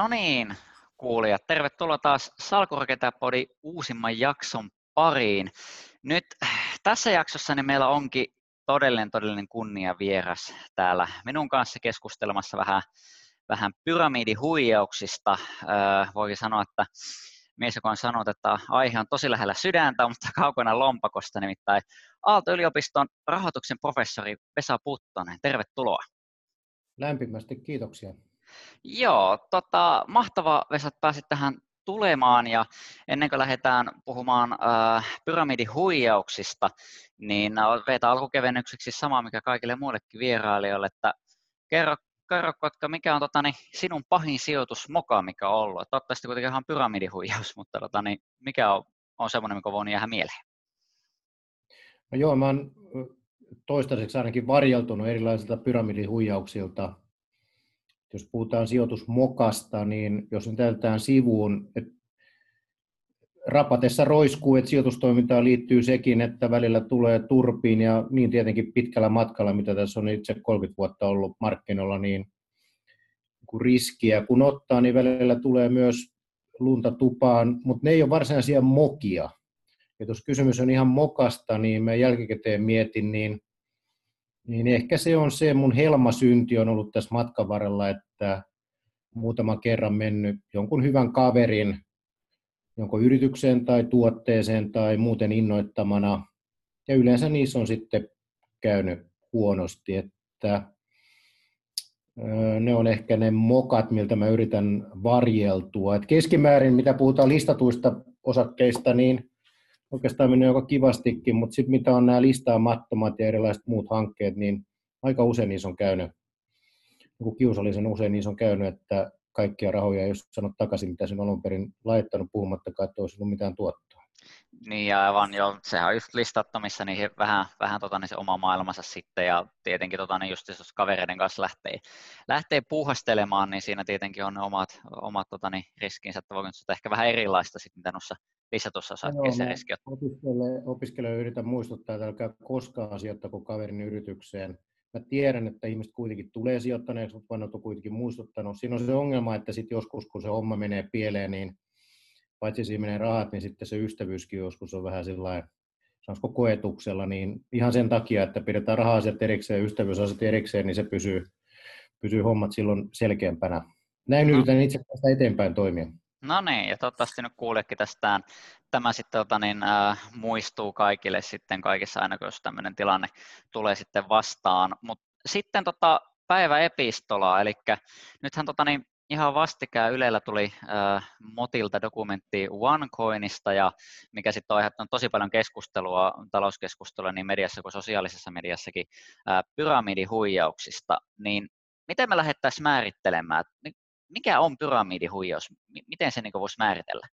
No niin, kuulijat, tervetuloa taas Salkurakentajapodin uusimman jakson pariin. Nyt tässä jaksossa niin meillä onkin todellinen kunnia vieras täällä minun kanssa keskustelemassa vähän pyramidihuijauksista. Voikin sanoa, että mies, joka on sanonut, että aihe on tosi lähellä sydäntä, mutta kaukana lompakosta, nimittäin Aalto-yliopiston rahoituksen professori Vesa Puttonen. Tervetuloa. Lämpimästi kiitoksia. Joo, mahtavaa Vesa, että pääsit tähän tulemaan, ja ennen kuin lähdetään puhumaan pyramidihuijauksista, niin veitä alkukevennykseksi sama, mikä kaikille muillekin vierailijoille, että kerro Kotka, mikä on sinun pahin sijoitusmoka, mikä on ollut? Toivottavasti kuitenkin ihan pyramidihuijaus, mutta mikä on semmoinen, mikä on voinut jäädä mieleen? No joo, mä oon toistaiseksi ainakin varjeltunut erilaisilta pyramidihuijauksilta. Jos puhutaan sijoitusmokasta, niin jos nyt täytetään sivuun, että rapatessa roiskuu, että sijoitustoimintaan liittyy sekin, että välillä tulee turpiin ja niin tietenkin pitkällä matkalla, mitä tässä on itse 30 vuotta ollut markkinoilla, niin kun riskiä kun ottaa, niin välillä tulee myös lunta tupaan, mutta ne ei ole varsinaisia mokia. Ja jos kysymys on ihan mokasta, niin mä jälkikäteen mietin, niin ehkä se on se mun helmasynti on ollut tässä matkan varrella, että muutaman kerran mennyt jonkun hyvän kaverin, joko yritykseen tai tuotteeseen tai muuten innoittamana. Ja yleensä niissä on sitten käynyt huonosti, että ne on ehkä ne mokat, miltä mä yritän varjeltua. Et keskimäärin, mitä puhutaan listatuista osakkeista, niin oikeastaan mennyt aika kivastikin, mutta sitten mitä on nämä listaamattomat ja erilaiset muut hankkeet, niin aika usein niissä on käynyt, kiusallisen usein niissä on käynyt, että kaikkia rahoja ei ole sanonut takaisin, mitä sen alun perin laittanut, puhumattakaan, että olisi ollut mitään tuottoa. Niin aivan, joo, sehän on just listattomissa niin vähän niin se oma maailmansa sitten, ja tietenkin just jos kavereiden kanssa lähtee puuhastelemaan, niin siinä tietenkin on ne omat riskinsä, että voiko nyt ehkä vähän erilaista sitten, mitä noissa listatussa osakkeissa riski on. Opiskelijoille yritän muistuttaa, että älkää koskaan sijoittako kaverin yritykseen. Mä tiedän, että ihmiset kuitenkin tulee sijoittaneeksi, mutta vanhat on kuitenkin muistuttanut. Siinä on se ongelma, että sitten joskus, kun se homma menee pieleen, niin paitsi siinä menee rahat, niin sitten se ystävyyskin joskus on vähän sillain, sanoisiko koetuksella, niin ihan sen takia, että pidetään raha-asiat erikseen ja ystävyysasiat erikseen, niin se pysyy hommat silloin selkeämpänä. Näin yritän itse tästä eteenpäin toimia. No niin, ja toivottavasti nyt kuulijakin tästä tämä sitten muistuu kaikille sitten kaikissa aina, kun jos tämmöinen tilanne tulee sitten vastaan. Mutta sitten päiväepistolaa, eli nythän ihan vastikään Ylellä tuli Motilta dokumentti OneCoinista, ja mikä sitten on aiheuttanut tosi paljon keskustelua, talouskeskustelua niin mediassa kuin sosiaalisessa mediassakin pyramidihuijauksista, niin miten me lähdettäisiin määrittelemään, mikä on pyramidihuijaus, miten se voisi määritellä?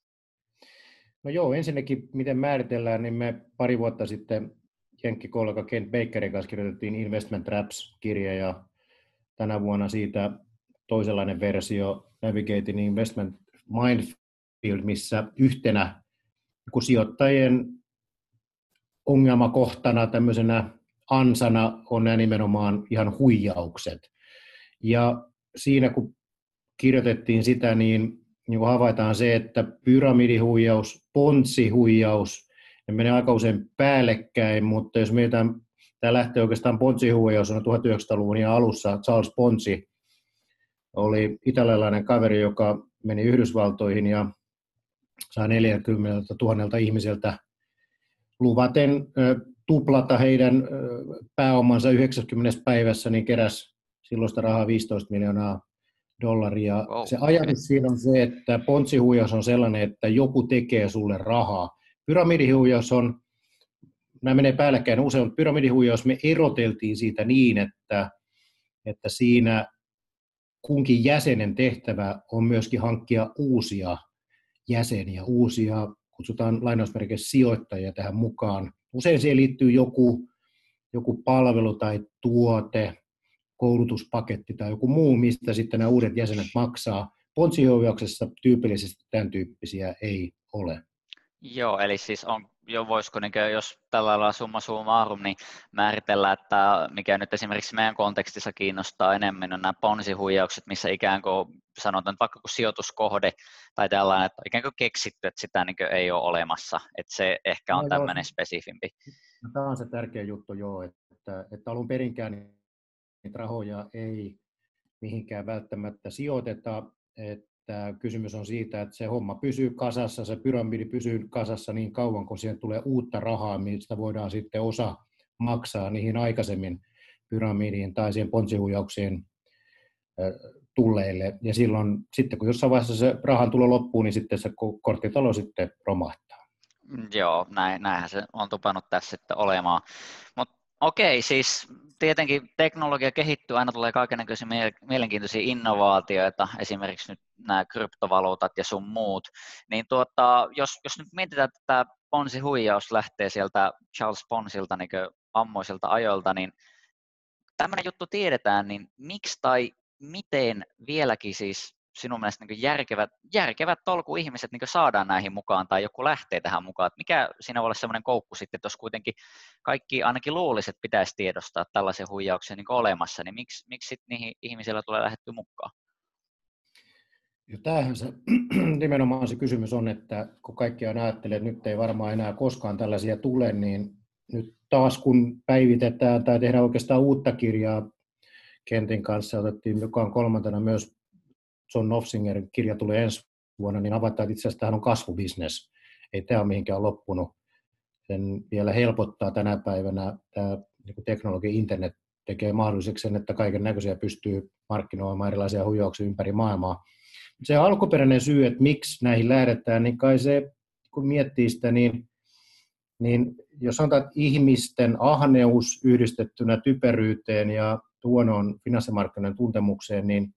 No joo, ensinnäkin miten määritellään, niin me pari vuotta sitten jenkkikollega Kent Bakerin kanssa kirjoitettiin Investment Traps-kirja, ja tänä vuonna siitä toisenlainen versio Navigating Investment Minefield, missä yhtenä sijoittajien ongelmakohtana, tämmöisenä ansana on nämä nimenomaan ihan huijaukset. Ja siinä kun kirjoitettiin sitä, niin havaitaan se, että pyramidihuijaus, pontsihuijaus, ne menee aika usein päällekkäin, mutta jos mietitään, tämä lähtee oikeastaan pontsihuijaus on 1900-luvun ja alussa. Charles Ponzi oli italialainen kaveri, joka meni Yhdysvaltoihin ja sai 40 000 ihmiseltä luvaten tuplata heidän pääomansa 90 päivässä, niin keräsi silloista rahaa $15 miljoonaa. Wow, se ajatus siinä on se, että pontsihuijaus on sellainen, että joku tekee sulle rahaa. Pyramidihuijaus on, nämä menee päällekkäin usein, mutta pyramidihuijaus me eroteltiin siitä niin, että siinä kunkin jäsenen tehtävä on myöskin hankkia uusia jäseniä, uusia, kutsutaan lainausmerkeissä sijoittajia tähän mukaan. Usein siihen liittyy joku palvelu tai tuote, koulutuspaketti tai joku muu, mistä sitten nämä uudet jäsenet maksaa. Pontsihuijauksessa tyypillisesti tämän tyyppisiä ei ole. Joo, eli siis voisiko, jos tällä lailla summa summarum, niin määritellä, että mikä nyt esimerkiksi meidän kontekstissa kiinnostaa enemmän, on nämä ponsihuijaukset, missä ikään kuin sanotaan vaikka kuin sijoituskohde tai tällainen, että on ikään kuin keksitty, että sitä niin kuin ei ole olemassa, että se ehkä on tämmöinen spesifimpi. No, tämä on se tärkeä juttu, joo, että alun perinkään niitä rahoja ei mihinkään välttämättä sijoiteta, että kysymys on siitä, että se homma pysyy kasassa, se pyramidi pysyy kasassa niin kauan, kun siihen tulee uutta rahaa, mistä voidaan sitten osa maksaa niihin aikaisemmin pyramidiin tai siihen pontsihuijaukseen tulleille. Ja silloin, sitten kun jossain vaiheessa se rahan tulo loppuu, niin sitten se korttitalo sitten romahtaa. Joo, näinhän se on tupannut tässä sitten olemaan. Mutta okei, siis tietenkin teknologia kehittyy, aina tulee kaikennäköisiä mielenkiintoisia innovaatioita, esimerkiksi nyt nämä kryptovaluutat ja sun muut. Niin jos nyt mietitään, että tämä Ponzi-huijaus lähtee sieltä Charles Ponzilta niin ammoisilta ajoilta, niin tämmöinen juttu tiedetään, niin miksi tai miten vieläkin siis sinun mielestä niin järkevät tolkuihmiset niin saadaan näihin mukaan tai joku lähtee tähän mukaan? Että mikä siinä voi olla semmoinen koukku sitten, että jos kuitenkin kaikki ainakin luuliset pitäisi tiedostaa tällaisen huijauksen niin olemassa, niin miksi sitten niihin ihmisillä tulee lähdetty mukaan? Ja tämähän se nimenomaan se kysymys on, että kun kaikki aina ajattelee, että nyt ei varmaan enää koskaan tällaisia tule, niin nyt taas kun päivitetään tai tehdään oikeastaan uutta kirjaa Kentin kanssa, otettiin mukaan kolmantena myös John Nofsingerin kirja tulee ensi vuonna, niin avataan, että itse asiassa tämähän on kasvubisnes. Ei tämä ole mihinkään loppunut. Sen vielä helpottaa tänä päivänä tämä teknologia, internet tekee mahdolliseksi sen, että kaiken näköisiä pystyy markkinoimaan erilaisia huijauksia ympäri maailmaa. Se alkuperäinen syy, että miksi näihin lähdetään, niin kai se, kun miettii sitä, niin jos sanotaan, että ihmisten ahneus yhdistettynä typeryyteen ja huonoon finanssimarkkinoiden tuntemukseen, niin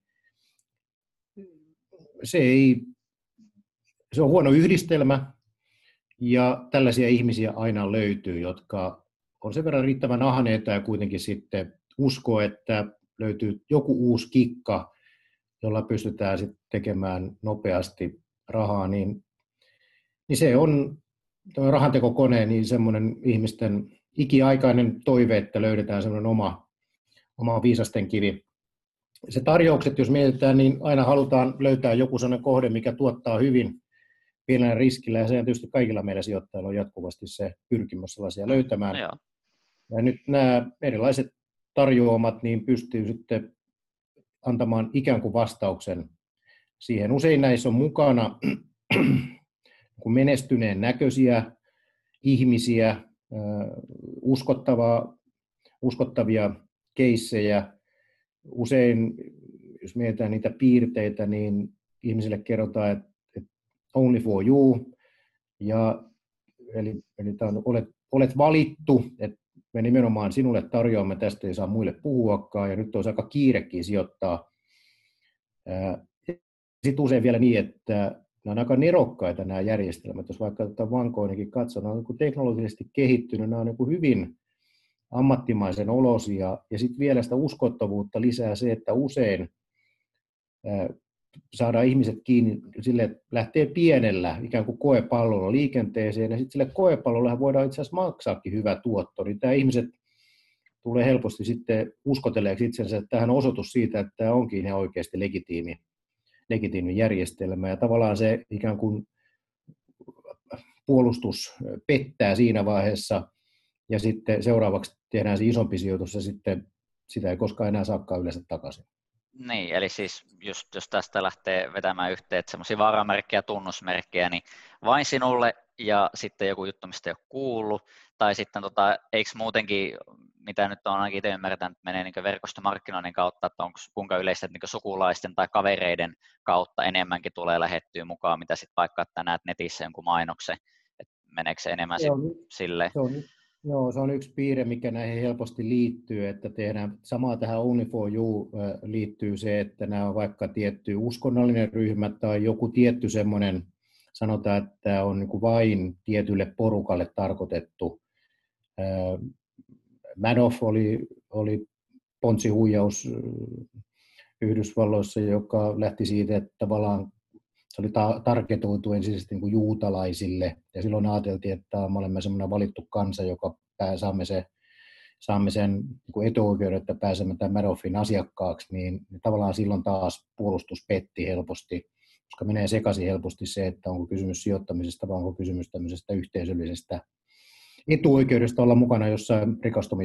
se on huono yhdistelmä, ja tällaisia ihmisiä aina löytyy, jotka on sen verran riittävän ahneita ja kuitenkin sitten uskoo, että löytyy joku uusi kikka, jolla pystytään sitten tekemään nopeasti rahaa, niin se on rahantekokone, niin semmoinen ihmisten ikiaikainen toive, että löydetään semmoinen oma viisasten kivi. Se tarjoukset, jos mietitään, niin aina halutaan löytää joku sellainen kohde, mikä tuottaa hyvin pienellä riskillä, ja se on tietysti kaikilla meillä sijoittajilla on jatkuvasti se pyrkimys sellaisia löytämään. Joo. Ja nyt nämä erilaiset tarjoamat niin pystyy sitten antamaan ikään kuin vastauksen siihen. Usein näissä on mukana menestyneen näköisiä ihmisiä, uskottavia keissejä. Usein, jos mietitään niitä piirteitä, niin ihmisille kerrotaan, että only for you, eli olet valittu, että me nimenomaan sinulle tarjoamme, tästä ei saa muille puhuakaan, ja nyt olisi aika kiirekin sijoittaa. Sitten usein vielä niin, että nämä on aika nerokkaita nämä järjestelmät, jos vaikka OneCoinikin katsoo, nämä on teknologisesti kehittynyt, nämä on hyvin ammattimaisen olosia, ja sitten vielä sitä uskottavuutta lisää se, että usein saadaan ihmiset kiinni sille, että lähtee pienellä ikään kuin koepallolla liikenteeseen, ja sitten sille koepallolle voidaan itse asiassa maksaakin hyvä tuotto, niin tämä ihmiset tulee helposti sitten uskoteleeksi itsensä, että tämähän on osoitus siitä, että tämä onkin ihan oikeasti legitiimi järjestelmä, ja tavallaan se ikään kuin puolustus pettää siinä vaiheessa, ja sitten seuraavaksi tehdään se isompi sijoitus, ja sitten sitä ei koskaan enää saakaan yleensä takaisin. Niin, eli siis just jos tästä lähtee vetämään yhteen, että semmoisia varamerkkejä ja tunnusmerkkejä, niin vain sinulle ja sitten joku juttu, mistä ei ole kuullut, tai sitten eikö muutenkin, mitä nyt on ainakin itse ymmärtänyt, että menee niin verkostomarkkinoinnin kautta, että onko kuinka yleistä, että niin sukulaisten tai kavereiden kautta enemmänkin tulee lähettyä mukaan, mitä sitten vaikka, että näet netissä jonkun mainoksen, että meneekö se enemmän silleen? Se on yksi piirre, mikä näihin helposti liittyy, että tehdään samaa tähän Only for You liittyy se, että nämä on vaikka tietty uskonnollinen ryhmä tai joku tietty semmoinen, sanotaan, että tämä on niin kuin vain tietylle porukalle tarkoitettu. Madoff oli pontsihuijaus Yhdysvalloissa, joka lähti siitä, että tavallaan se oli targetoitu ensisijaisesti niin kuin juutalaisille, ja silloin ajateltiin, että me olemme semmoinen valittu kansa, joka saamme se saamme sen niin etuoikeuden, että pääsemme tämän Madoffin asiakkaaksi, niin tavallaan silloin taas puolustus petti helposti, koska menee sekaisin helposti se, että onko kysymys sijoittamisesta vai onko kysymys tämmöisestä yhteisöllisestä etuoikeudesta olla mukana jossain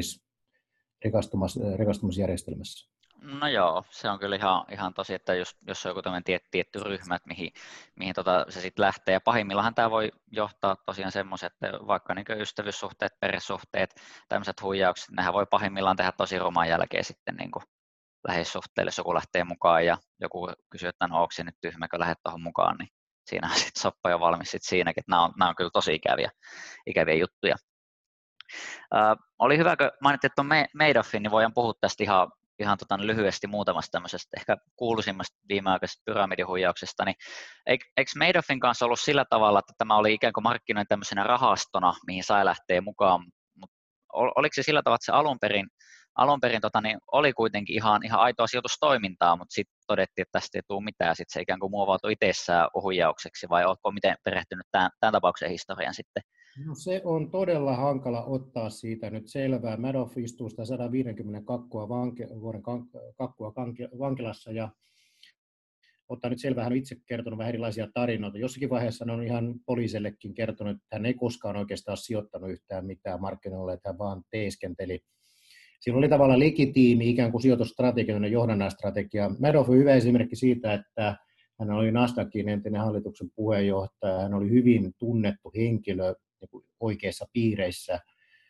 rikastumisjärjestelmässä. No joo, se on kyllä ihan tosi, että jos on joku tämmöinen tietty ryhmä, että mihin se sitten lähtee. Ja pahimmillaan tämä voi johtaa tosiaan semmoiset, että vaikka niin ystävyyssuhteet, perhesuhteet, tämmöiset huijaukset, nehän voi pahimmillaan tehdä tosi ruman jälkeen sitten niin kuin läheissuhteille, jos joku lähtee mukaan ja joku kysyy, että no onko se nyt tyhmä, kun lähdet tuohon mukaan, niin siinä on sitten soppa jo valmis sitten siinäkin, että nämä on kyllä tosi ikäviä juttuja. Oli hyvä, kun mainittiin tuon Madoffin, niin voidaan puhua tästä ihan lyhyesti muutamasta tämmöisestä ehkä kuuluisimmasta viimeaikaisesta pyramidihuijauksesta, niin eikö Madoffin kanssa ollut sillä tavalla, että tämä oli ikään kuin markkinoin tämmöisenä rahastona, mihin sai lähteä mukaan, mutta oliko se sillä tavalla, että se alun perin niin oli kuitenkin ihan aitoa sijoitustoimintaa, mutta sitten todettiin, että tästä ei tule mitään, sitten se ikään kuin muovautui itsessään huijaukseksi, vai oletko miten perehtynyt tämän tapauksen historian sitten? No se on todella hankala ottaa siitä nyt selvää. Madoff istuu sitä 152 vuoden kakkua vankilassa ja ottaa nyt selvää. Hän on itse kertonut vähän erilaisia tarinoita. Jossakin vaiheessa hän on ihan poliisellekin kertonut, että hän ei koskaan oikeastaan sijoittanut yhtään mitään markkinoille, että hän vaan teeskenteli. Siinä oli tavallaan legitiimi ikään kuin sijoitusstrategia, johdannastrategia. Madoff on hyvä esimerkki siitä, että hän oli Nasdaqin entinen hallituksen puheenjohtaja. Hän oli hyvin tunnettu henkilö oikeissa piireissä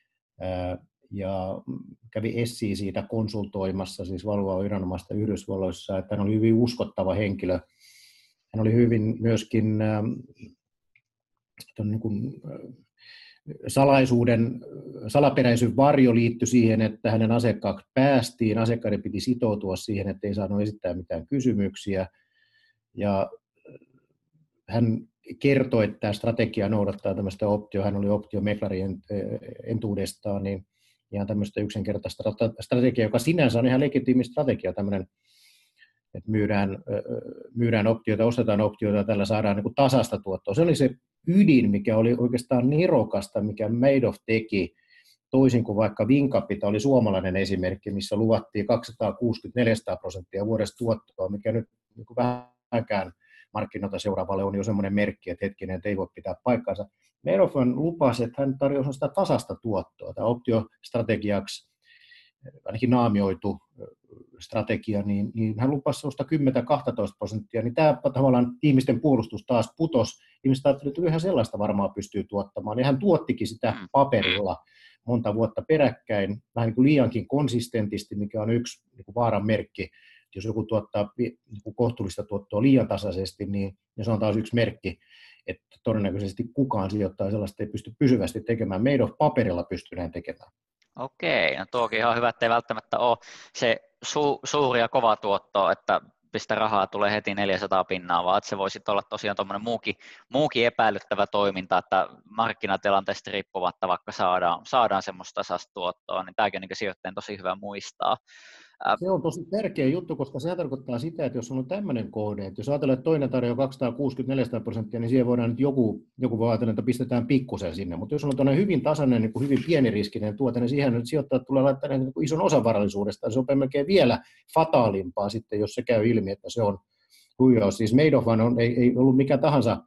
ja kävi esiin siitä konsultoimassa, siis valvovaa viranomaista Yhdysvalloissa, että hän oli hyvin uskottava henkilö. Hän oli hyvin myöskin niin kuin, salaperäisyyden varjo liittyi siihen, että hänen asiakkaaksi päästiin. Asiakkaiden piti sitoutua siihen, että ei saanut esittää mitään kysymyksiä. Ja hän kertoi, että tämä strategia noudattaa tämmöistä hän oli optiomeklari entuudestaan, niin ihan tämmöistä yksinkertaista strategiaa, joka sinänsä on ihan legitiimi strategia, tämmöinen, että myydään optioita, ostetaan optioita, ja tällä saadaan niin kuin tasasta tuottoa. Se oli se ydin, mikä oli oikeastaan nerokasta, mikä Madoff teki, toisin kuin vaikka Wincapita oli suomalainen esimerkki, missä luvattiin 260-400% vuodesta tuottoa, mikä nyt niin kuin vähänkään markkinoita seuraavalle on jo semmoinen merkki, että hetkinen, että ei voi pitää paikkaansa. Madoff lupasi, että hän tarjosi sitä tasasta tuottoa. Tämä optiostrategiaksi, ainakin naamioitu strategia, niin hän lupasi sellaista 10-12%, niin tämä tavallaan ihmisten puolustus taas putosi. Ihmiset ajattelivat, että ihan sellaista varmaan pystyy tuottamaan, ja hän tuottikin sitä paperilla monta vuotta peräkkäin, vähän niin kuin liiankin konsistentisti, mikä on yksi niin kuin vaaran merkki. Jos joku tuottaa kohtuullista tuottoa liian tasaisesti, niin se on taas yksi merkki, että todennäköisesti kukaan sijoittaja sellaista ei pysty pysyvästi tekemään. Madoff paperilla pystyy näin tekemään. Okei, no tuokin ihan hyvä, että ei välttämättä ole se suuri ja kova tuotto, että pistä rahaa tulee heti 400 pinnaa, vaan että se voisi olla tosiaan tuommoinen muukin epäilyttävä toiminta, että markkinatilanteesta riippuvatta vaikka saadaan semmoista tasaista tuottoa, niin tämäkin on niin sijoittajan tosi hyvä muistaa. Se on tosi tärkeä juttu, koska se tarkoittaa sitä, että jos on tämmöinen kohde, että jos ajatellaan, että toinen tarjoaa 260-400%, niin siihen voidaan nyt joku voi ajatella, että pistetään pikkusen sinne, mutta jos on tämmöinen hyvin tasainen, niin kuin hyvin pieniriskinen tuote, niin siihen nyt sijoittajat tulee laittaa niin kuin ison osan varallisuudesta, se on melkein vielä fataalimpaa sitten, jos se käy ilmi, että se on huijaus. Siis Madoff ei ollut mikä tahansa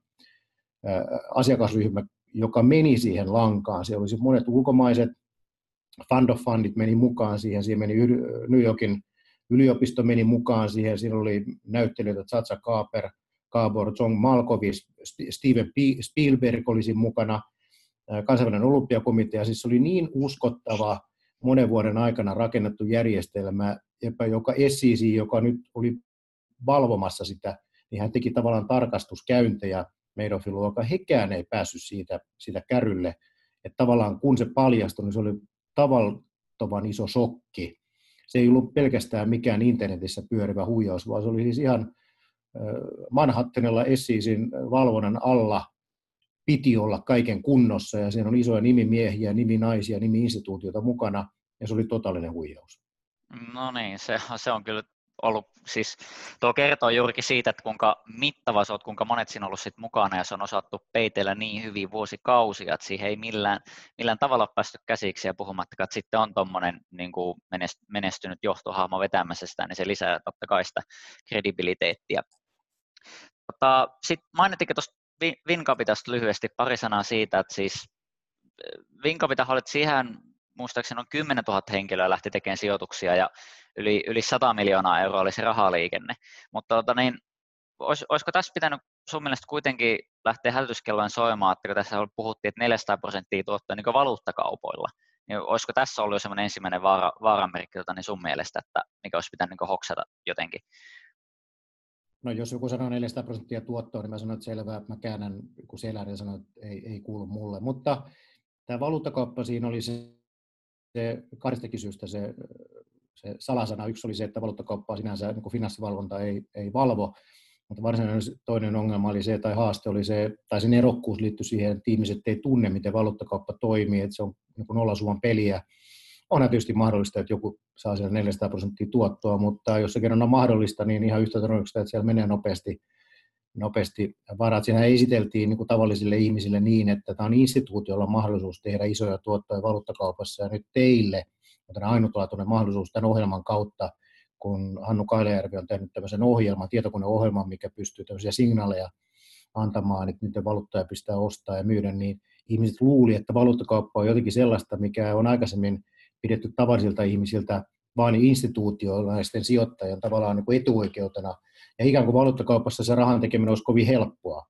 asiakasryhmä, joka meni siihen lankaan, se olisi monet ulkomaiset, Fund of Fundit meni mukaan siihen meni New Yorkin yliopisto meni mukaan siihen, siinä oli näyttelijöitä Chacha Gabor, John Malkovich, Steven Spielberg oli siinä mukana, kansainvälinen olympiakomitea, siis se oli niin uskottava monen vuoden aikana rakennettu järjestelmä, joka SEC, joka nyt oli valvomassa sitä, niin hän teki tavallaan tarkastuskäyntejä Madoffin luokkaan, hekään ei päässyt siitä kärrylle, että tavallaan kun se paljastui, niin se oli tavattoman iso shokki. Se ei ollut pelkästään mikään internetissä pyörivä huijaus, vaan se oli siis ihan Manhattanilla SEC:n valvonnan alla piti olla kaiken kunnossa, ja siinä on isoja nimimiehiä, niminaisia, nimi-instituutioita mukana, ja se oli totaalinen huijaus. No niin, se on kyllä ollut, siis tuo kertoo juurikin siitä, että kuinka mittava se on, kuinka monet siinä on ollut sit mukana ja se on osattu peitellä niin hyvin vuosikausia, että siihen ei millään tavalla ole päästy käsiksi ja puhumattakaan, että sitten on tuommoinen niin kuin menestynyt johtohahmo vetämässä sitä, niin se lisää totta kai sitä kredibiliteettiä. Sitten mainittiinkin tuosta Wincapitasta lyhyesti pari sanaa siitä, että siis Wincapitahan oli siihen muistaakseni noin 10 000 henkilöä lähti tekemään sijoituksia ja yli 100 miljoonaa euroa oli se rahaliikenne. Mutta olisiko tässä pitänyt sun mielestä kuitenkin lähteä hälytyskellojen soimaan, että kun tässä puhuttiin, että 400% tuottoa niin valuuttakaupoilla, niin olisiko tässä ollut jo semmoinen ensimmäinen vaaranmerkki niin sun mielestä, että mikä olisi pitänyt niin hoksata jotenkin? No jos joku sanoo 400% tuottoa, niin mä sanon, että selvä, mä käännän kun selän ja sanon, että ei kuulu mulle. Mutta tämä valuuttakauppa siinä oli se kahdestakin syystä se salasana. Yksi oli se, että valuuttakauppaa sinänsä niin kuin finanssivalvonta ei valvo, mutta varsinainen toinen ongelma oli se, tai haaste oli se, tai sen erokkuus liittyi siihen, että ihmiset ei tunne, miten valuuttakauppa toimii, että se on niin kuin nollasumman peliä. Onhan tietysti mahdollista, että joku saa siellä 400% tuottoa, mutta jos se kerran on mahdollista, niin ihan yhtä todennäköistä, että siellä menee nopeasti varat. Siinä esiteltiin niin kuin tavallisille ihmisille niin, että tämä on instituutio, jolla on mahdollisuus tehdä isoja tuottoja valuuttakaupassa, ja nyt teille on ainutlaatuinen mahdollisuus tämän ohjelman kautta, kun Hannu Kailajärvi on tehnyt tämmöisen ohjelman, tietokoneohjelman, mikä pystyy tämmöisiä signaaleja antamaan, että nyt valuuttoja pistää ostaa ja myydä, niin ihmiset luuli, että valuuttakauppa on jotenkin sellaista, mikä on aikaisemmin pidetty tavallisilta ihmisiltä vain institutionaalisten sijoittajien tavallaan niin kuin etuoikeutena, ja ikään kuin valuuttakaupassa se rahan tekeminen olisi kovin helppoa.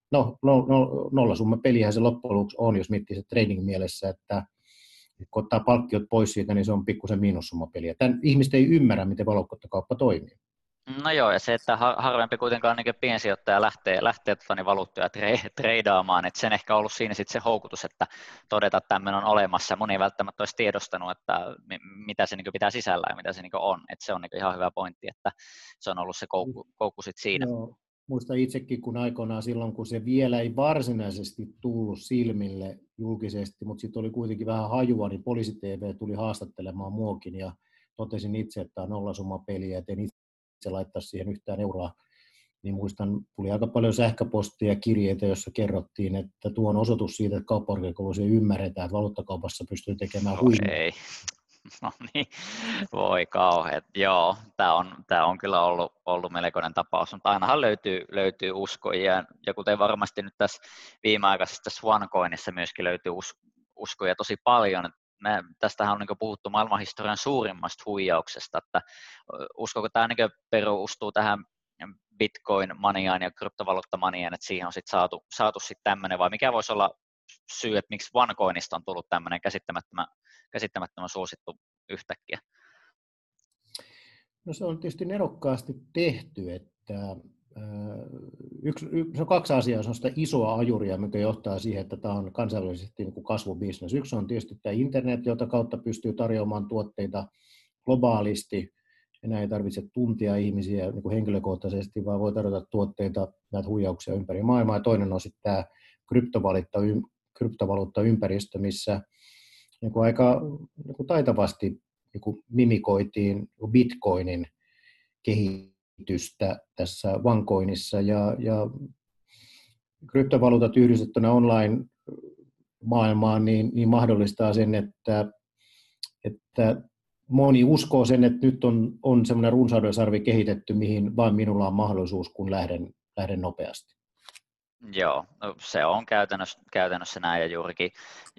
Nollasumma pelihän se loppujen lopuksi on, jos miettii se trading mielessä, että kun ottaa palkkiot pois siitä, niin se on pikkusen miinussumma peliä. Tämän ihmiset ei ymmärrä, miten valuuttakauppa toimii. No joo, ja se, että harvempi kuitenkaan niin piensijoittaja lähtee valuuttoja treidaamaan, että sen ehkä on ollut siinä sitten se houkutus, että todeta, että tämmöinen on olemassa. Moni ei välttämättä olisi tiedostanut, että mitä se niin pitää sisällä ja mitä se niin on. Että se on niin ihan hyvä pointti, että se on ollut se koukku sitten siinä. Joo. Muistan itsekin, kun aikoinaan silloin, kun se vielä ei varsinaisesti tullut silmille julkisesti, mutta sitten oli kuitenkin vähän hajua, niin Poliisi TV tuli haastattelemaan muokin ja totesin itse, että on nollasumma peliä, et en itse laittaa siihen yhtään euroa. Niin muistan, tuli aika paljon sähköpostia ja kirjeitä, joissa kerrottiin, että tuo on osoitus siitä, että kauppakorkeakoulussa ymmärretään, että valuuttakaupassa pystyy tekemään huimaa. No niin, voi kauheat. Joo, tämä on kyllä ollut melkoinen tapaus, mutta ainahan löytyy uskojia. Ja kuten varmasti nyt tässä viimeaikaisessa OneCoinissa myöskin löytyy uskoja tosi paljon. Tästähän on niin puhuttu maailmanhistorian suurimmasta huijauksesta, että uskoko tämä niin perustuu tähän Bitcoin-maniaan ja kryptovaluuttamaniaan, että siihen on sitten saatu sitten tämmöinen, vai mikä voisi olla syy, että miksi OneCoinista on tullut tämmöinen käsittämättömän suosittu yhtäkkiä? No se on tietysti nerokkaasti tehty, että se on kaksi asiaa, se on sitä isoa ajuria, mikä johtaa siihen, että tämä on kansainvälisesti niin kuin kasvubisnes. Yksi on tietysti tämä internet, jota kautta pystyy tarjoamaan tuotteita globaalisti, enää ei tarvitse tuntia ihmisiä niin kuin henkilökohtaisesti, vaan voi tarjota tuotteita, näitä huijauksia ympäri maailmaa. Ja toinen on sitten tämä kryptovaluuttaympäristö, missä niin kuin aika niin kuin taitavasti niin kuin mimikoitiin niin kuin Bitcoinin kehitystä tässä OneCoinissa, ja kryptovaluutat yhdistettynä online-maailmaan niin mahdollistaa sen, että moni uskoo sen, että nyt on semmoinen runsaudensarvi kehitetty, mihin vain minulla on mahdollisuus, kun lähden nopeasti. Joo, no se on käytännössä näin, ja juurikin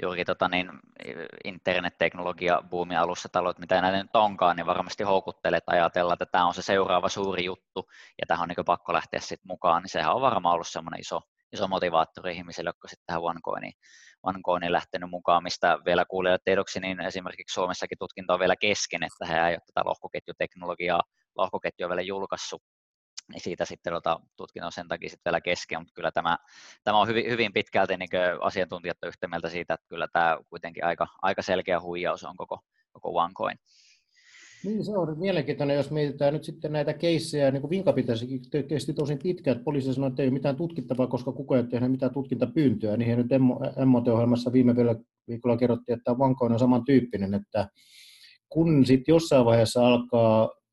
internetteknologia boomin alussa talot, mitä näitä nyt onkaan, niin varmasti houkuttelee ajatella, että tämä on se seuraava suuri juttu, ja tähän on niin pakko lähteä sitten mukaan, niin sehän on varmaan ollut semmoinen iso motivaattori ihmisille, jotka sitten tähän OneCoiniin lähtenyt mukaan, mistä vielä kuulijoille tiedoksi, niin esimerkiksi Suomessakin tutkinto on vielä kesken, että he ei ole tätä lohkoketjua vielä julkaissut, niin siitä sitten tutkinto sen takia sitten vielä kesken, mutta kyllä tämä on hyvin pitkälti niin asiantuntijat on yhtä mieltä siitä, että kyllä tämä kuitenkin aika selkeä huijaus on koko OneCoin. Niin se on mielenkiintoinen, jos mietitään nyt sitten näitä keissejä, niin kuin Wincapitasikin kesti tosi pitkään, että poliisi sanoi, että ei ole mitään tutkittavaa, koska kukaan ei ole tehnyt mitään tutkintapyyntöä, niin nyt MOT-ohjelmassa viime viikolla kerrottiin, että OneCoin on samantyyppinen, että kun sitten jossain vaiheessa alkaa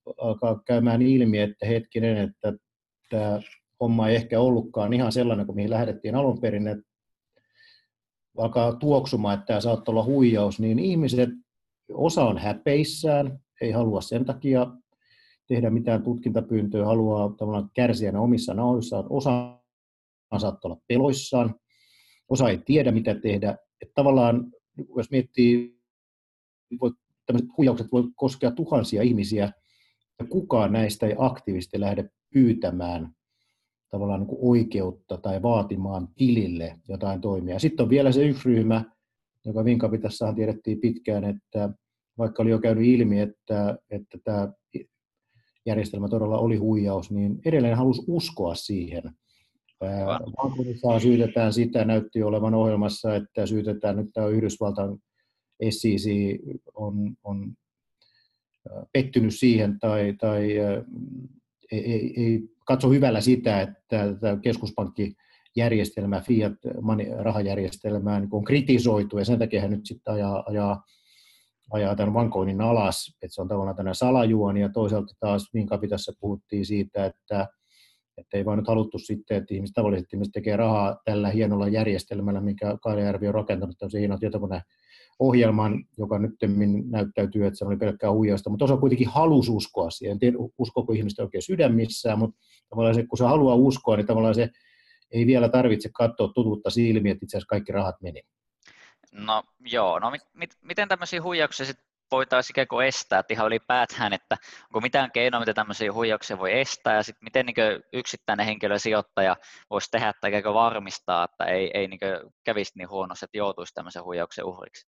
alkaa käymään ilmi, että hetkinen, että tämä homma ei ehkä ollutkaan ihan sellainen kuin mihin lähdettiin alun perin, että alkaa tuoksumaan, että tämä saattaa olla huijaus, niin ihmiset, osa on häpeissään, ei halua sen takia tehdä mitään tutkintapyyntöä, haluaa tavallaan kärsiä ne omissa nauhoissaan, osa saattaa olla peloissaan, osa ei tiedä mitä tehdä. Että tavallaan, jos miettii, tämmöiset huijaukset voi koskea tuhansia ihmisiä, ja kukaan näistä ei aktiivisesti lähde pyytämään tavallaan niin kuin oikeutta tai vaatimaan tilille jotain toimia. Sitten on vielä se yksi ryhmä, joka Vinkapitassahan tiedettiin pitkään, että vaikka oli jo käynyt ilmi, että tämä järjestelmä todella oli huijaus, niin edelleen halusi uskoa siihen. Vancouverissa syytetään sitä, näytti olevan ohjelmassa, että syytetään nyt tämä Yhdysvaltain SEC on pettynyt siihen tai ei katso hyvällä sitä, että tämä keskuspankkijärjestelmä, fiat-rahajärjestelmää niin on kritisoitu, ja sen takia hän nyt sitten ajaa tämän OneCoinin alas, että se on tavallaan tänä salajuoni, ja toisaalta taas Vinkapitassa puhuttiin siitä, että ei vaan nyt haluttu sitten, että tavalliset ihmiset tekee rahaa tällä hienolla järjestelmällä, minkä Kailijärvi on rakentanut tämmöisen hienon tietokoneohjelman, joka nyt näyttäytyy, että se oli pelkkää huijausta, mutta osa kuitenkin halusi uskoa siihen. En tiedä, uskoako ihmiset oikein sydämissään, mutta tavallaan se, kun se haluaa uskoa, niin tavallaan se ei vielä tarvitse katsoa totuutta silmiä, että itse asiassa kaikki rahat meni. No joo, no miten tämmöisiä huijauksia sit voitaisiin ikään kuin estää, että ihan ylipäätään, että onko mitään keinoa, miten tämmöisiä huijauksia voi estää, ja sitten miten niin yksittäinen henkilö sijoittaja voisi tehdä tai ikään kuin varmistaa, että ei niin kävisi niin huonosti, että joutuisi tämmöisen huijauksen uhriksi?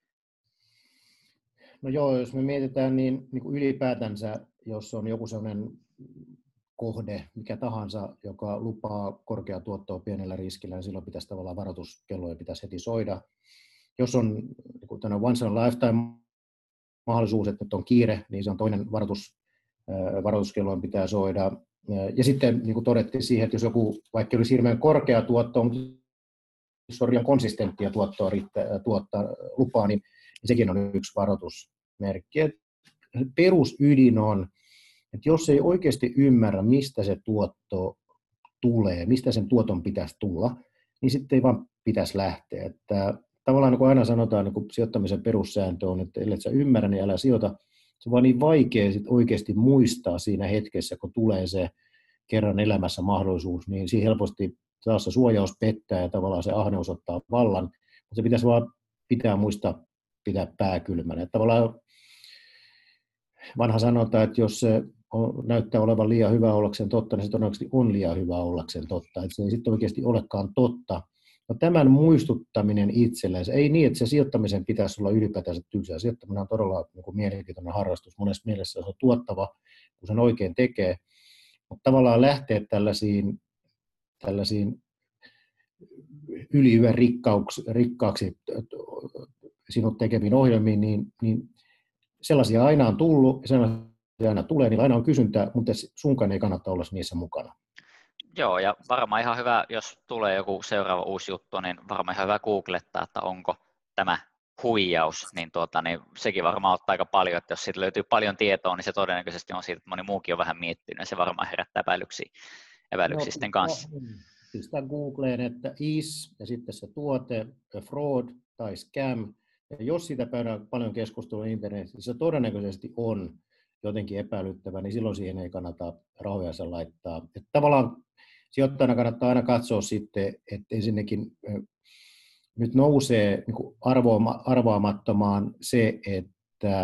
No joo, jos me mietitään niin kuin ylipäätänsä, jos on joku sellainen kohde, mikä tahansa, joka lupaa korkeaa tuottoa pienellä riskillä, niin silloin pitäisi tavallaan varoituskelloja pitäisi heti soida. Jos on niin once in a lifetime mahdollisuus, että nyt on kiire, niin se on toinen varoituskelloin pitää soida. Ja sitten niin kuin todettiin siihen, että jos joku vaikka olisi hirveän korkea tuotto, mutta on konsistenttia tuottaa lupaa, niin sekin on yksi varoitusmerkki. Perusydin on, että jos ei oikeasti ymmärrä, mistä se tuotto tulee, mistä sen tuoton pitäisi tulla, niin sitten ei vaan pitäisi lähteä. Että tavallaan niin kuin aina sanotaan, niin kuin sijoittamisen perussääntö on, että ellei sä ymmärrä, niin älä sijoita. Se on vaan niin vaikea sit oikeasti muistaa siinä hetkessä, kun tulee se kerran elämässä mahdollisuus, niin siinä helposti taas se suojaus pettää ja tavallaan se ahneus ottaa vallan. Mutta se pitäisi vaan muistaa pitää pää kylmänä. Että tavallaan vanha sanota, että jos se näyttää olevan liian hyvä ollakseen totta, niin se todennäköisesti on liian hyvä ollakseen totta. Että se ei sitten oikeasti olekaan totta. No, tämän muistuttaminen itselleen, ei niin, että se sijoittamisen pitäisi olla ylipäätänsä tylsää. Sijoittaminen on todella niin mielenkiintoinen harrastus. Monessa mielessä se on tuottava, kun sen oikein tekee. Mutta tavallaan lähteä tällaisiin yliyön rikkaaksi sinut tekeviin ohjelmiin, niin sellaisia aina on tullut, sellaisia aina tulee, niin aina on kysyntää, mutta sunkaan ei kannata olla niissä mukana. Joo, ja varmaan ihan hyvä, jos tulee joku seuraava uusi juttu, niin varmaan ihan hyvä googlettaa, että onko tämä huijaus, niin, niin sekin varmaan ottaa aika paljon, että jos siitä löytyy paljon tietoa, niin se todennäköisesti on siitä, että moni muukin on vähän miettinyt, ja se varmaan herättää epäilyksiä sitten kanssa. Pistää Googleen, että is, ja sitten se tuote, fraud tai scam, ja jos siitä käydään paljon keskustelua internetissä, niin se todennäköisesti on jotenkin epäilyttävä, niin silloin siihen ei kannata rahojansa laittaa. Että tavallaan sijoittajana kannattaa aina katsoa sitten, että ensinnäkin nyt nousee niin arvaamattomaan se, että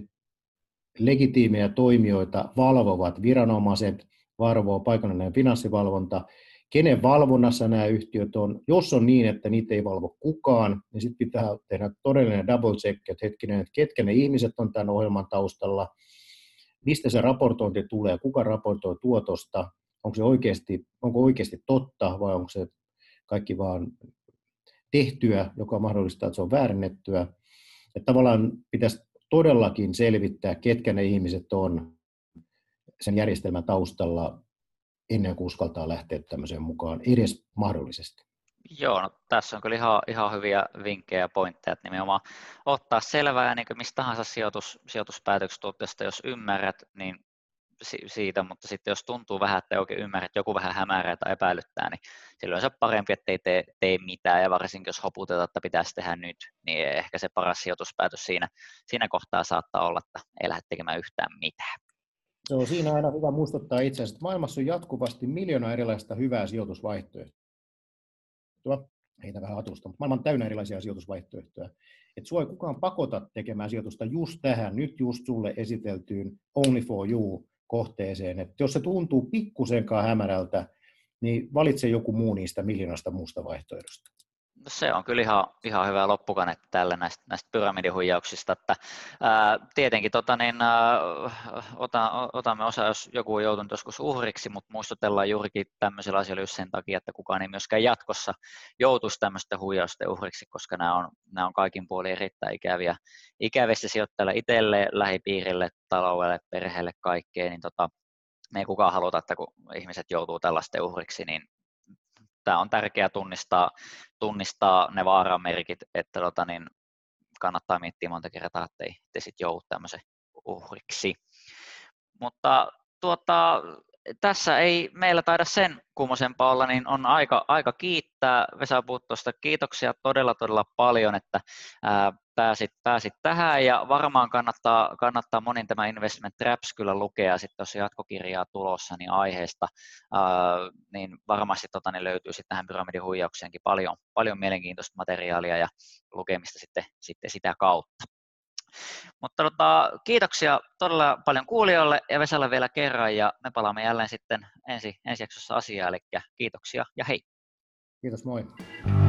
legitiimejä toimijoita valvovat viranomaiset, valvoo paikallinen finanssivalvonta, kenen valvonnassa nämä yhtiöt on. Jos on niin, että niitä ei valvo kukaan, niin sitten pitää tehdä todellinen double check, että hetkinen, että ketkä ne ihmiset on tämän ohjelman taustalla, mistä se raportointi tulee, kuka raportoi tuotosta, onko oikeasti totta vai onko se kaikki vaan tehtyä, joka mahdollistaa, että se on väärennettyä. Että tavallaan pitäisi todellakin selvittää, ketkä ne ihmiset on sen järjestelmän taustalla ennen kuin uskaltaa lähteä tämmöiseen mukaan, edes mahdollisesti. Joo, no tässä on kyllä ihan hyviä vinkkejä ja pointteja, että nimenomaan ottaa selvää niin kuin mistä tahansa sijoituspäätöksestä, jos ymmärrät, niin siitä, mutta sitten jos tuntuu vähän, että ei oikein ymmärrä, että joku vähän hämärää tai epäilyttää, niin silloin se on parempi, että ei tee mitään, ja varsinkin jos hoputetaan, että pitäisi tehdä nyt, niin ehkä se paras sijoituspäätös siinä kohtaa saattaa olla, että ei lähde tekemään yhtään mitään. Se on siinä aina hyvä muistuttaa itse asiassa, että maailmassa on jatkuvasti miljoona erilaista hyvää sijoitusvaihtoehtoa. Heitä vähän hatusta, mutta maailman täynnä erilaisia sijoitusvaihtoehtoja. Että sua ei kukaan pakota tekemään sijoitusta just tähän, nyt just sulle esiteltyyn Only for You -kohteeseen. Että jos se tuntuu pikkusenkaan hämärältä, niin valitse joku muu niistä miljoonasta muusta vaihtoehdosta. Se on kyllä ihan hyvä loppukane tälle näistä pyramidihuijauksista, että tietenkin otamme osa, jos joku on joutunut joskus uhriksi, mutta muistutellaan juurikin tämmöisillä asioilla just sen takia, että kukaan ei myöskään jatkossa joutuisi tämmöisten huijausten uhriksi, koska nämä on kaikin puolin erittäin ikäviä sijoittajalle itselle, lähipiirille, taloudelle, perheelle, kaikkeen, niin me ei kukaan haluta, että kun ihmiset joutuu tällaisten uhriksi, niin tämä on tärkeää tunnistaa ne vaaramerkit, että kannattaa miettiä monta kertaa, ettei te sitten joudu tämmöisen uhriksi. Mutta tässä ei meillä taida sen kummosempaa olla, niin on aika kiittää. Vesa Puttosta, kiitoksia todella paljon, että pääsit tähän, ja varmaan kannattaa monin tämä Investment Traps kyllä lukea, sitten jos jatkokirjaa tulossa niin aiheesta, niin varmasti niin löytyy sitten tähän pyramidihuijaukseenkin paljon mielenkiintoista materiaalia ja lukemista sitten sitä kautta. Mutta kiitoksia todella paljon kuulijoille ja Vesalle vielä kerran, ja me palaamme jälleen sitten ensi jaksossa asiaan, eli kiitoksia ja hei! Kiitos, moi!